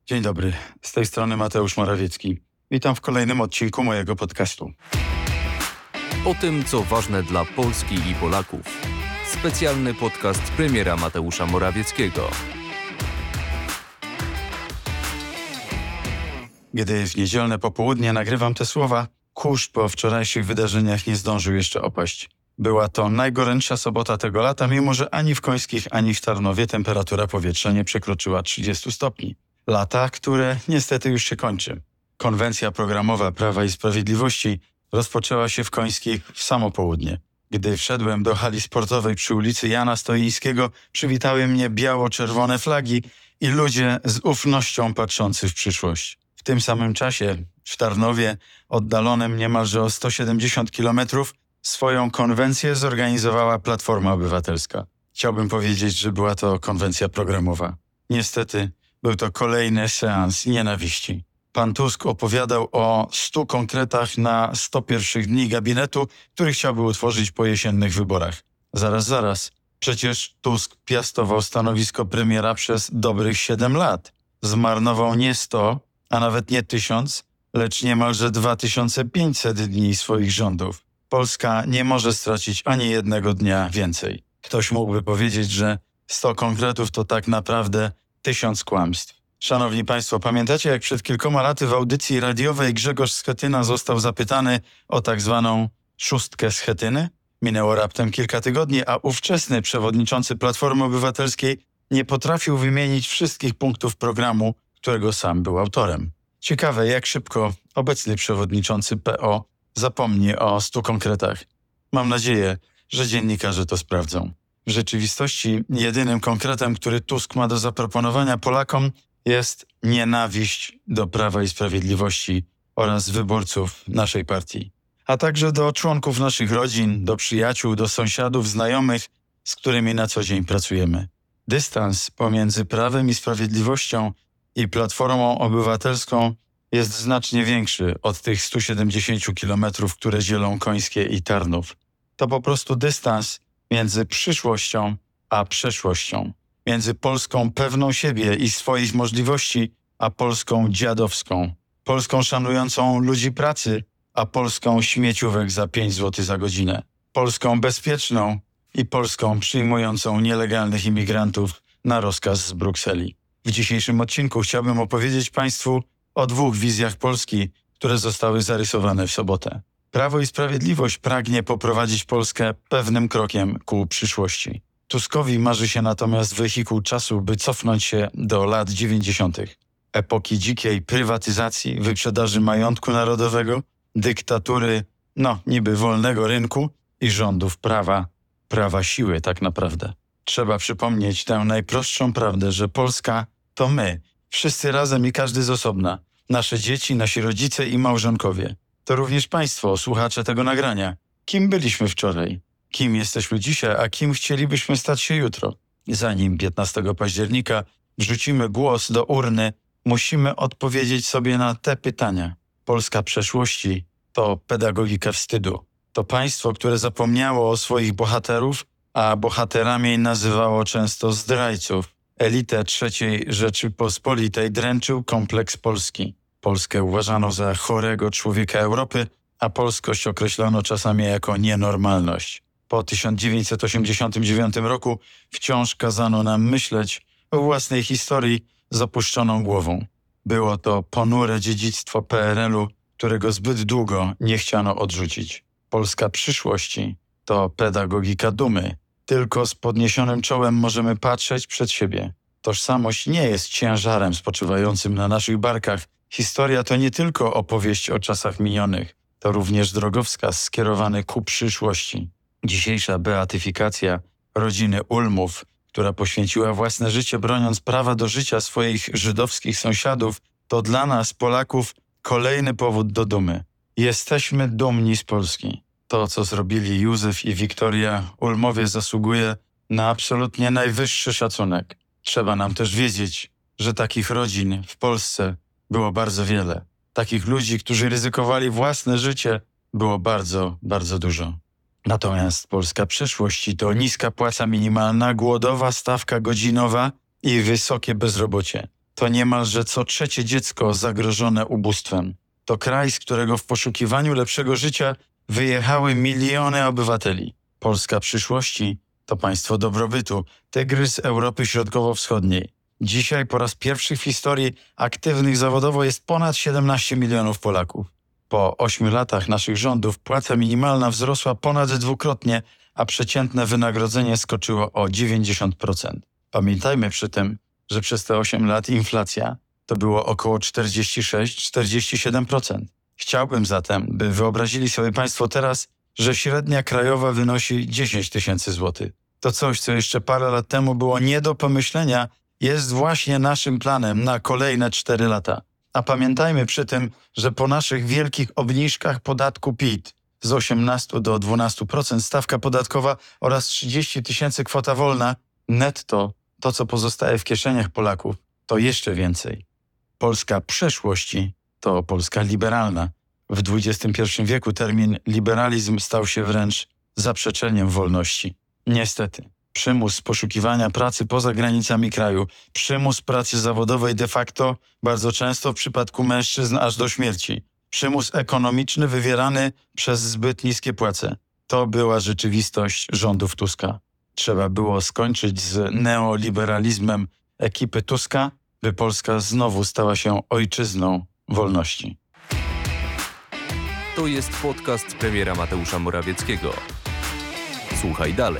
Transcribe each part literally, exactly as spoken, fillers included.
Dzień dobry, z tej strony Mateusz Morawiecki. Witam w kolejnym odcinku mojego podcastu. O tym, co ważne dla Polski i Polaków. Specjalny podcast premiera Mateusza Morawieckiego. Gdy w niedzielne popołudnie nagrywam te słowa, kurz po wczorajszych wydarzeniach nie zdążył jeszcze opaść. Była to najgorętsza sobota tego lata, mimo że ani w Końskich, ani w Tarnowie temperatura powietrza nie przekroczyła trzydziestu stopni. Lata, które niestety już się kończy. Konwencja programowa Prawa i Sprawiedliwości rozpoczęła się w Końskich w samo południe. Gdy wszedłem do hali sportowej przy ulicy Jana Stoińskiego, przywitały mnie biało-czerwone flagi i ludzie z ufnością patrzący w przyszłość. W tym samym czasie w Tarnowie, oddalonym niemalże o sto siedemdziesiąt kilometrów, swoją konwencję zorganizowała Platforma Obywatelska. Chciałbym powiedzieć, że była to konwencja programowa. Niestety był to kolejny seans nienawiści. Pan Tusk opowiadał o stu konkretach na sto pierwszych dni gabinetu, który chciałby utworzyć po jesiennych wyborach. Zaraz, zaraz. Przecież Tusk piastował stanowisko premiera przez dobrych siedem lat. Zmarnował nie sto, a nawet nie tysiąc, lecz niemalże dwa tysiące pięćset dni swoich rządów. Polska nie może stracić ani jednego dnia więcej. Ktoś mógłby powiedzieć, że sto konkretów to tak naprawdę tysiąc kłamstw. Szanowni Państwo, pamiętacie, jak przed kilkoma laty w audycji radiowej Grzegorz Schetyna został zapytany o tak zwaną szóstkę Schetyny? Minęło raptem kilka tygodni, a ówczesny przewodniczący Platformy Obywatelskiej nie potrafił wymienić wszystkich punktów programu, którego sam był autorem. Ciekawe, jak szybko obecny przewodniczący P O zapomni o stu konkretach. Mam nadzieję, że dziennikarze to sprawdzą. W rzeczywistości jedynym konkretem, który Tusk ma do zaproponowania Polakom, jest nienawiść do Prawa i Sprawiedliwości oraz wyborców naszej partii, a także do członków naszych rodzin, do przyjaciół, do sąsiadów, znajomych, z którymi na co dzień pracujemy. Dystans pomiędzy Prawem i Sprawiedliwością i Platformą Obywatelską jest znacznie większy od tych stu siedemdziesięciu kilometrów, które dzielą Końskie i Tarnów. To po prostu dystans między przyszłością a przeszłością. Między Polską pewną siebie i swoich możliwości, a Polską dziadowską. Polską szanującą ludzi pracy, a Polską śmieciówek za pięć złotych za godzinę. Polską bezpieczną i Polską przyjmującą nielegalnych imigrantów na rozkaz z Brukseli. W dzisiejszym odcinku chciałbym opowiedzieć Państwu o dwóch wizjach Polski, które zostały zarysowane w sobotę. Prawo i Sprawiedliwość pragnie poprowadzić Polskę pewnym krokiem ku przyszłości. Tuskowi marzy się natomiast wehikuł czasu, by cofnąć się do lat dziewięćdziesiątych. Epoki dzikiej prywatyzacji, wyprzedaży majątku narodowego, dyktatury, no niby wolnego rynku i rządów prawa, prawa siły tak naprawdę. Trzeba przypomnieć tę najprostszą prawdę, że Polska to my, wszyscy razem i każdy z osobna. Nasze dzieci, nasi rodzice i małżonkowie. To również Państwo, słuchacze tego nagrania. Kim byliśmy wczoraj? Kim jesteśmy dzisiaj, a kim chcielibyśmy stać się jutro? Zanim piętnastego października wrzucimy głos do urny, musimy odpowiedzieć sobie na te pytania. Polska przeszłości to pedagogika wstydu. To państwo, które zapomniało o swoich bohaterów, a bohaterami nazywało często zdrajców. Elitę trzeciej Rzeczypospolitej dręczył kompleks Polski. Polskę uważano za chorego człowieka Europy, a polskość określono czasami jako nienormalność. Po tysiąc dziewięćset osiemdziesiątym dziewiątym roku wciąż kazano nam myśleć o własnej historii z opuszczoną głową. Było to ponure dziedzictwo P R L-u, którego zbyt długo nie chciano odrzucić. Polska przyszłości to pedagogika dumy. Tylko z podniesionym czołem możemy patrzeć przed siebie. Tożsamość nie jest ciężarem spoczywającym na naszych barkach. Historia to nie tylko opowieść o czasach minionych, to również drogowskaz skierowany ku przyszłości. Dzisiejsza beatyfikacja rodziny Ulmów, która poświęciła własne życie broniąc prawa do życia swoich żydowskich sąsiadów, to dla nas, Polaków, kolejny powód do dumy. Jesteśmy dumni z Polski. To, co zrobili Józef i Wiktoria Ulmowie, zasługuje na absolutnie najwyższy szacunek. Trzeba nam też wiedzieć, że takich rodzin w Polsce było bardzo wiele. Takich ludzi, którzy ryzykowali własne życie, było bardzo, bardzo dużo. Natomiast polska przyszłość to niska płaca minimalna, głodowa stawka godzinowa i wysokie bezrobocie. To niemalże co trzecie dziecko zagrożone ubóstwem. To kraj, z którego w poszukiwaniu lepszego życia wyjechały miliony obywateli. Polska przyszłości to państwo dobrobytu, tygrys Europy Środkowo-Wschodniej. Dzisiaj po raz pierwszy w historii aktywnych zawodowo jest ponad siedemnaście milionów Polaków. Po ośmiu latach naszych rządów płaca minimalna wzrosła ponad dwukrotnie, a przeciętne wynagrodzenie skoczyło o dziewięćdziesiąt procent. Pamiętajmy przy tym, że przez te osiem lat inflacja to było około czterdzieści sześć do czterdziestu siedmiu procent. Chciałbym zatem, by wyobrazili sobie Państwo teraz, że średnia krajowa wynosi dziesięć tysięcy złotych. To coś, co jeszcze parę lat temu było nie do pomyślenia, jest właśnie naszym planem na kolejne cztery lata. A pamiętajmy przy tym, że po naszych wielkich obniżkach podatku P I T z osiemnastu do dwunastu procent stawka podatkowa oraz trzydzieści tysięcy kwota wolna, netto to, co pozostaje w kieszeniach Polaków, to jeszcze więcej. Polska przeszłości to Polska liberalna. W dwudziestym pierwszym wieku termin liberalizm stał się wręcz zaprzeczeniem wolności. Niestety, przymus poszukiwania pracy poza granicami kraju, przymus pracy zawodowej de facto, bardzo często w przypadku mężczyzn aż do śmierci, przymus ekonomiczny wywierany przez zbyt niskie płace. To była rzeczywistość rządów Tuska. Trzeba było skończyć z neoliberalizmem ekipy Tuska, by Polska znowu stała się ojczyzną wolności. To jest podcast premiera Mateusza Morawieckiego. Słuchaj dalej.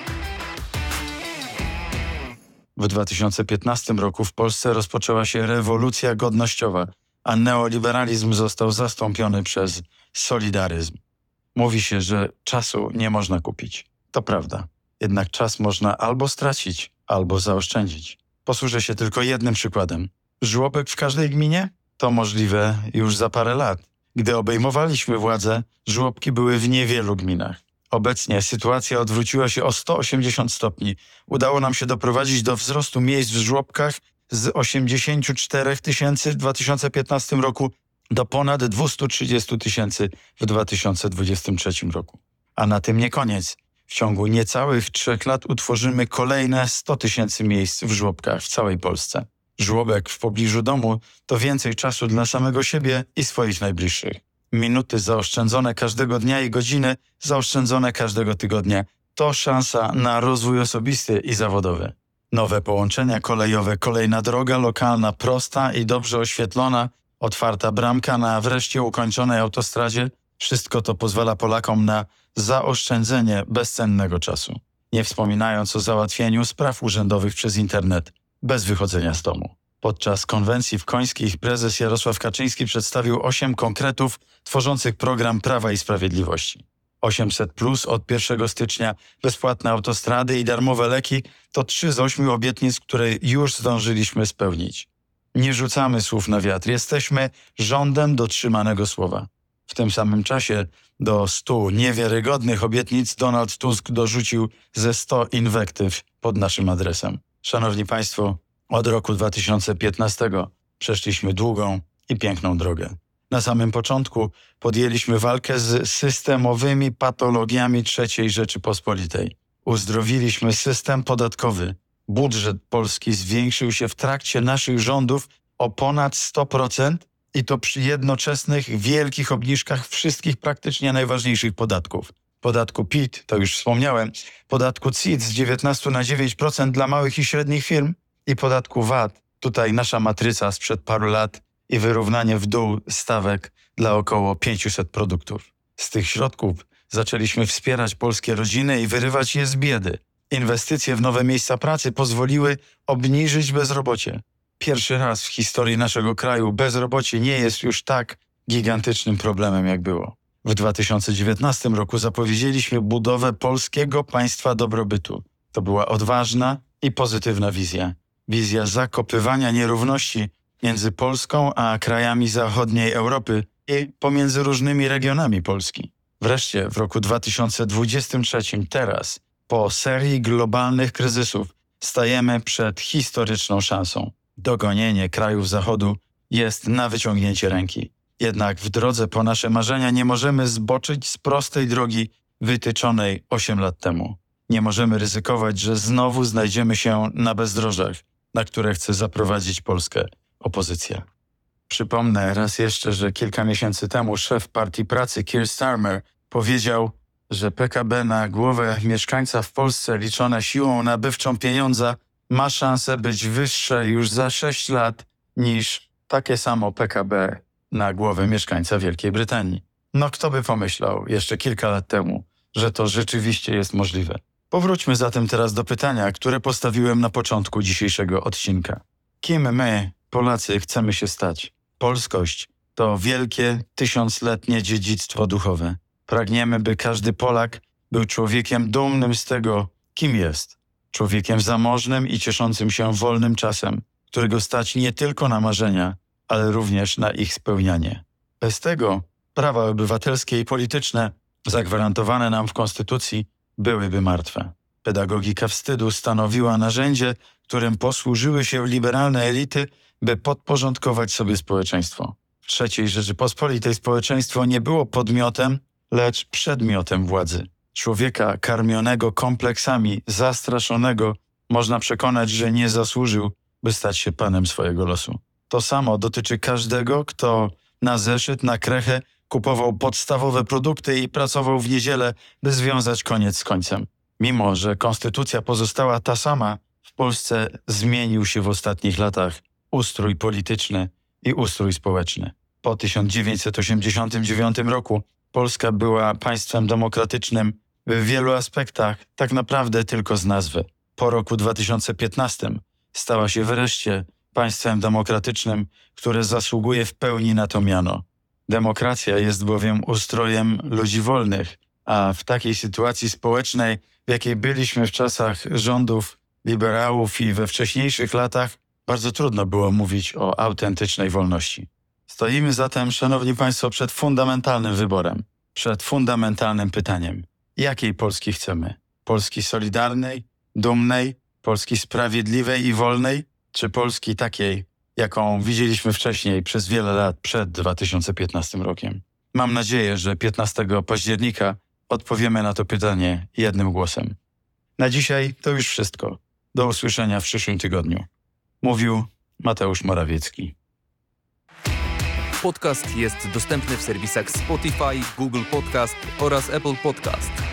W dwa tysiące piętnastym roku w Polsce rozpoczęła się rewolucja godnościowa, a neoliberalizm został zastąpiony przez solidaryzm. Mówi się, że czasu nie można kupić. To prawda. Jednak czas można albo stracić, albo zaoszczędzić. Posłużę się tylko jednym przykładem. Żłobek w każdej gminie? To możliwe już za parę lat. Gdy obejmowaliśmy władzę, żłobki były w niewielu gminach. Obecnie sytuacja odwróciła się o sto osiemdziesiąt stopni. Udało nam się doprowadzić do wzrostu miejsc w żłobkach z osiemdziesięciu czterech tysięcy w dwa tysiące piętnastym roku do ponad dwustu trzydziestu tysięcy w dwa tysiące dwudziestym trzecim roku. A na tym nie koniec. W ciągu niecałych trzech lat utworzymy kolejne sto tysięcy miejsc w żłobkach w całej Polsce. Żłobek w pobliżu domu to więcej czasu dla samego siebie i swoich najbliższych. Minuty zaoszczędzone każdego dnia i godziny zaoszczędzone każdego tygodnia to szansa na rozwój osobisty i zawodowy. Nowe połączenia kolejowe, kolejna droga lokalna, prosta i dobrze oświetlona, otwarta bramka na wreszcie ukończonej autostradzie. Wszystko to pozwala Polakom na zaoszczędzenie bezcennego czasu. Nie wspominając o załatwieniu spraw urzędowych przez internet, bez wychodzenia z domu. Podczas konwencji w Końskich prezes Jarosław Kaczyński przedstawił osiem konkretów tworzących program Prawa i Sprawiedliwości. osiemset plus od pierwszego stycznia, bezpłatne autostrady i darmowe leki to trzy z ośmiu obietnic, które już zdążyliśmy spełnić. Nie rzucamy słów na wiatr, jesteśmy rządem dotrzymanego słowa. W tym samym czasie do stu niewiarygodnych obietnic Donald Tusk dorzucił ze sto inwektyw pod naszym adresem. Szanowni Państwo, od roku dwa tysiące piętnastego przeszliśmy długą i piękną drogę. Na samym początku podjęliśmy walkę z systemowymi patologiami trzeciej Rzeczypospolitej. Uzdrowiliśmy system podatkowy. Budżet Polski zwiększył się w trakcie naszych rządów o ponad sto procent i to przy jednoczesnych wielkich obniżkach wszystkich praktycznie najważniejszych podatków. Podatku P I T, to już wspomniałem, podatku C I T z dziewiętnastu na dziewięć procent dla małych i średnich firm i podatku V A T. Tutaj nasza matryca sprzed paru lat i wyrównanie w dół stawek dla około pięciuset produktów. Z tych środków zaczęliśmy wspierać polskie rodziny i wyrywać je z biedy. Inwestycje w nowe miejsca pracy pozwoliły obniżyć bezrobocie. Pierwszy raz w historii naszego kraju bezrobocie nie jest już tak gigantycznym problemem, jak było. W dwa tysiące dziewiętnastym roku zapowiedzieliśmy budowę polskiego państwa dobrobytu. To była odważna i pozytywna wizja. Wizja zakopywania nierówności między Polską a krajami zachodniej Europy i pomiędzy różnymi regionami Polski. Wreszcie w roku dwa tysiące dwudziestym trzecim, teraz, po serii globalnych kryzysów, stajemy przed historyczną szansą. Dogonienie krajów Zachodu jest na wyciągnięcie ręki. Jednak w drodze po nasze marzenia nie możemy zboczyć z prostej drogi wytyczonej osiem lat temu. Nie możemy ryzykować, że znowu znajdziemy się na bezdrożach. na które chce zaprowadzić Polskę opozycja. Przypomnę raz jeszcze, że kilka miesięcy temu szef Partii Pracy Keir Starmer powiedział, że P K B na głowę mieszkańca w Polsce liczone siłą nabywczą pieniądza ma szansę być wyższe już za sześć lat niż takie samo P K B na głowę mieszkańca Wielkiej Brytanii. No kto by pomyślał jeszcze kilka lat temu, że to rzeczywiście jest możliwe. Powróćmy zatem teraz do pytania, które postawiłem na początku dzisiejszego odcinka. Kim my, Polacy, chcemy się stać? Polskość to wielkie, tysiącletnie dziedzictwo duchowe. Pragniemy, by każdy Polak był człowiekiem dumnym z tego, kim jest. Człowiekiem zamożnym i cieszącym się wolnym czasem, którego stać nie tylko na marzenia, ale również na ich spełnianie. Bez tego prawa obywatelskie i polityczne zagwarantowane nam w Konstytucji byłyby martwe. Pedagogika wstydu stanowiła narzędzie, którym posłużyły się liberalne elity, by podporządkować sobie społeczeństwo. W trzeciej Rzeczypospolitej społeczeństwo nie było podmiotem, lecz przedmiotem władzy. Człowieka karmionego kompleksami, zastraszonego, można przekonać, że nie zasłużył, by stać się panem swojego losu. To samo dotyczy każdego, kto na zeszyt, na krechę kupował podstawowe produkty i pracował w niedzielę, by związać koniec z końcem. Mimo że konstytucja pozostała ta sama, w Polsce zmienił się w ostatnich latach ustrój polityczny i ustrój społeczny. Po tysiąc dziewięćset osiemdziesiątym dziewiątym roku Polska była państwem demokratycznym w wielu aspektach, tak naprawdę tylko z nazwy. Po roku dwa tysiące piętnastym stała się wreszcie państwem demokratycznym, które zasługuje w pełni na to miano. Demokracja jest bowiem ustrojem ludzi wolnych, a w takiej sytuacji społecznej, w jakiej byliśmy w czasach rządów liberałów i we wcześniejszych latach, bardzo trudno było mówić o autentycznej wolności. Stoimy zatem, szanowni państwo, przed fundamentalnym wyborem, przed fundamentalnym pytaniem. Jakiej Polski chcemy? Polski solidarnej, dumnej, Polski sprawiedliwej i wolnej, czy Polski takiej, jaką widzieliśmy wcześniej przez wiele lat przed dwa tysiące piętnastym rokiem? Mam nadzieję, że piętnastego października odpowiemy na to pytanie jednym głosem. Na dzisiaj to już wszystko. Do usłyszenia w przyszłym tygodniu. Mówił Mateusz Morawiecki. Podcast jest dostępny w serwisach Spotify, Google Podcast oraz Apple Podcast.